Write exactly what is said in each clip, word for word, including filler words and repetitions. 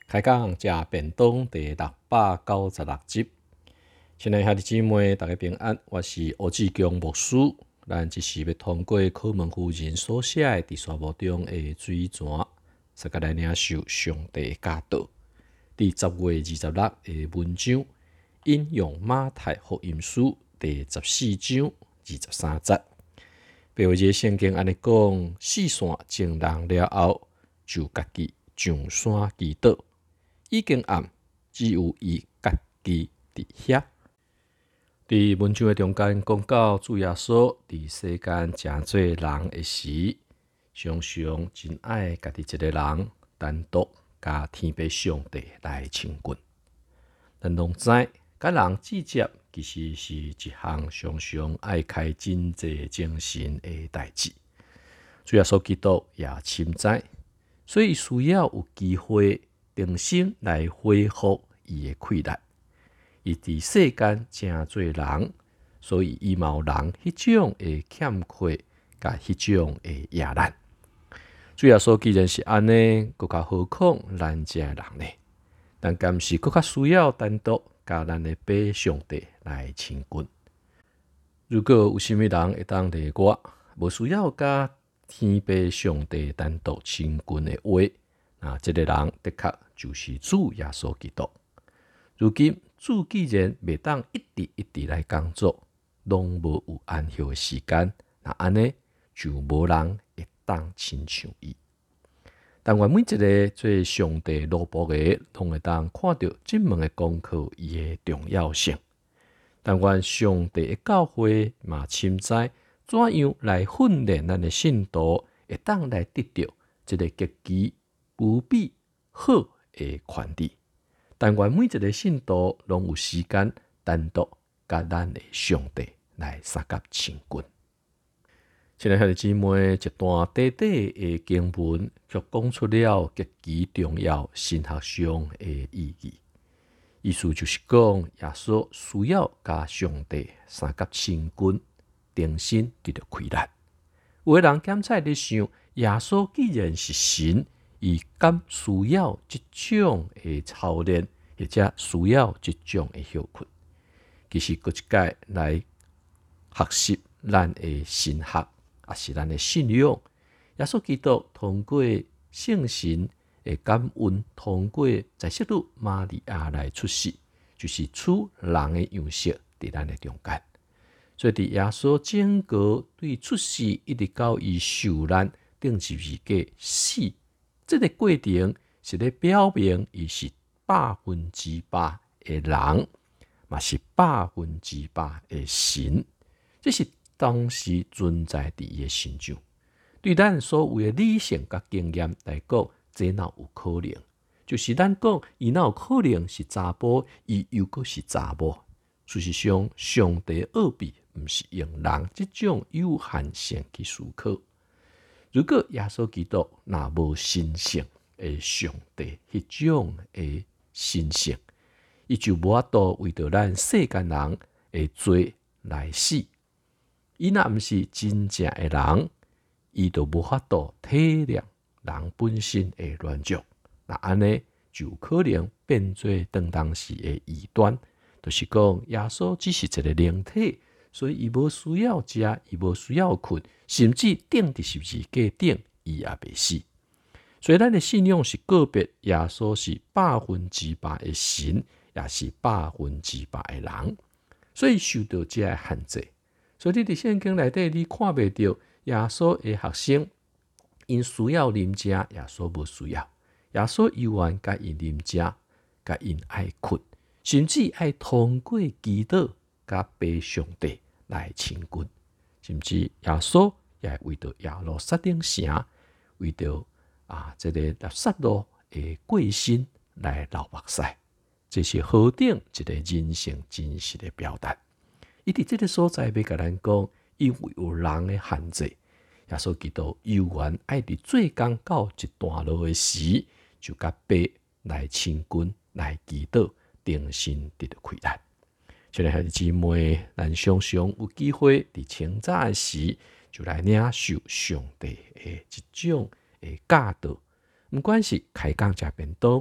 开讲食便当第六百九十六集。亲爱兄弟姊妹，大家平安，我是欧志强牧师。咱即时要通过考门夫人所写的第三部中的水泉，使个来领受上帝教导。第十月二十六的文章，引用马太福音书第十四章二十三节。白话节圣经安尼讲：四线情人了后，就家己上山祈祷。已经暗，只有伊家己伫遐。伫文章的中间讲到，主耶稣伫世间诚做人的时，常常真爱家己一个人单独甲天父上帝来亲近。咱拢知，甲人直接其实是一项常常爱开真济精神的代志。主耶稣基督也深知，所以需要有机会重新来恢复伊的气力。伊伫世间诚做人，所以伊嘛有人迄种的欠缺，甲迄种的野难。主耶稣既然是安尼，更较何况咱这人呢？但敢是更较需要单独甲咱的父上帝来亲近。如果有啥物人会当例我，无需要甲天父上帝单独亲近的话，那这个人的确就是主耶稣基督。如今主既然袂当一直一直来工作，拢无有安息的时间，那安尼就无人会当亲像伊。但愿每一个做上帝奴仆的，拢会当看到这门的功课伊的重要性。但愿上帝的教诲嘛深知怎样来训练咱的信徒，会当来得到这个极其无比好的权利。但愿每一个信徒拢有时间单独甲咱的上帝来相甲亲近。亲爱兄弟姊妹，一段短短的经文，却讲出了极其重要神学上的意义。意思就是讲，耶稣需要甲上帝相甲亲近，重新得到开力。有的人检测咧想，耶稣既然是神，伊敢需要这种的操练，或者需要这种的休困。其实，搁一届来学习咱的神学，也是咱的信仰。耶稣基督通过圣神的感恩，通过在圣女玛利亚来出世，就是处人的样式伫咱的中间。所以，伫耶稣整个对出世一直到伊受难，定十字架死，这个过程是咧表明伊是百分之百的人，嘛是百分之百的神。这是当时存在伫伊的身上。对咱所有的理性甲经验来讲，这哪有可能？就是咱讲，伊哪有可能是查甫，伊又阁是查某？事实上，上帝奥秘毋是用人这种有限性去思考。如果耶稣基督若无神性的上帝迄种的神性，伊就无法度为着咱世间人的罪来死。伊若毋是真正的人，伊就无法度体谅人本身的软弱。那安尼就可能变做当当时的异端，就是讲耶稣只是一个灵体，所以伊无需要食，伊无需要困，甚至钉伫十字架顶，伊也袂死。所以咱的信仰是个别，耶稣是百分之百的神，也是百分之百的人，所以受到这个限制。所以你伫圣经内底，你看袂到耶稣的学生，因需要啉食，耶稣无需要。耶稣犹原甲因啉食，甲因爱困，甚至爱通过祈祷甲父上帝来亲近。甚至耶稣也为着耶路撒冷城，为着啊，这个垃圾路的过身来流目屎，这是何等一个人性真实的表达。伊伫这个所在要甲咱讲，因为有人的限制，耶稣基督犹原爱伫最刚到一段落的时，就甲爸来亲近、来祈祷，定心得到开力。亲爱的姊妹，咱常常有机会伫清早的时，就来领受上帝的一种的教导。不管是开讲食便当，或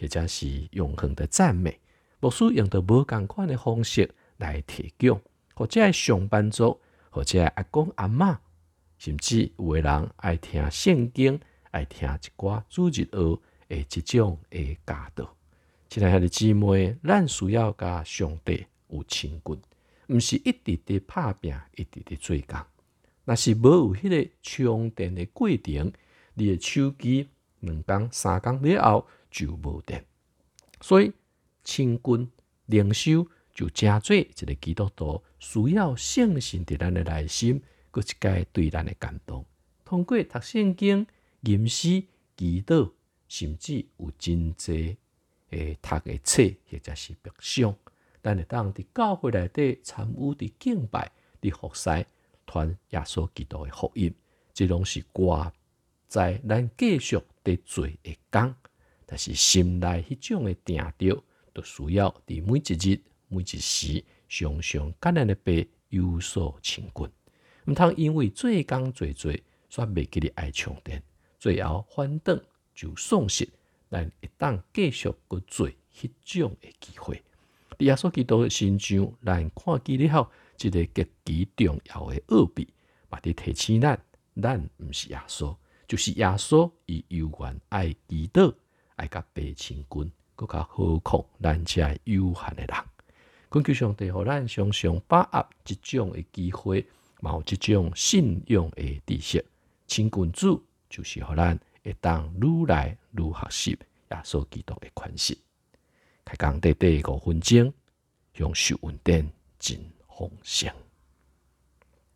或者是永恒的赞美。牧师用到无同款的方式来提供，或者是上班族，或者是阿公阿嬷，甚至有的人爱听圣经，爱听一寡主日学的这种的教导。亲爱的姊妹，咱需要甲上帝有亲近，毋是一直伫拍拼，一直伫做工。若是无有迄个充电的过程，你的手机两工三工了后就无电。所以亲近灵修就真做一个基督徒需要圣神伫咱的内心，佮一界对咱的感动。通过读圣经、吟诗、祈祷，甚至有真济诶读的册或者是默想，咱会当伫教会内底参与伫敬拜、伫服侍、传耶稣基督的福音，这拢是挂在咱继续伫做的工。但是心内迄种的定着，就需要伫每一日、每一时，常常甲咱的爸有所亲近。毋通因为做工做做，煞袂记哩爱充电，最后反倒就丧失咱会当继续去做迄种的机会。伫耶稣基督的身上，咱看见了一个极其重要的奥秘，嘛伫提醒咱，咱毋是耶稣，就是耶稣伊有缘爱祈祷，爱甲爸亲近，更较何况咱这有限的人。恳求上帝，互咱常常把握即种的机会，嘛有即种信仰的知识。亲近主，就是互咱会当愈来愈学习耶稣基督的款式。开讲短短五分钟，享受稳定真丰盛。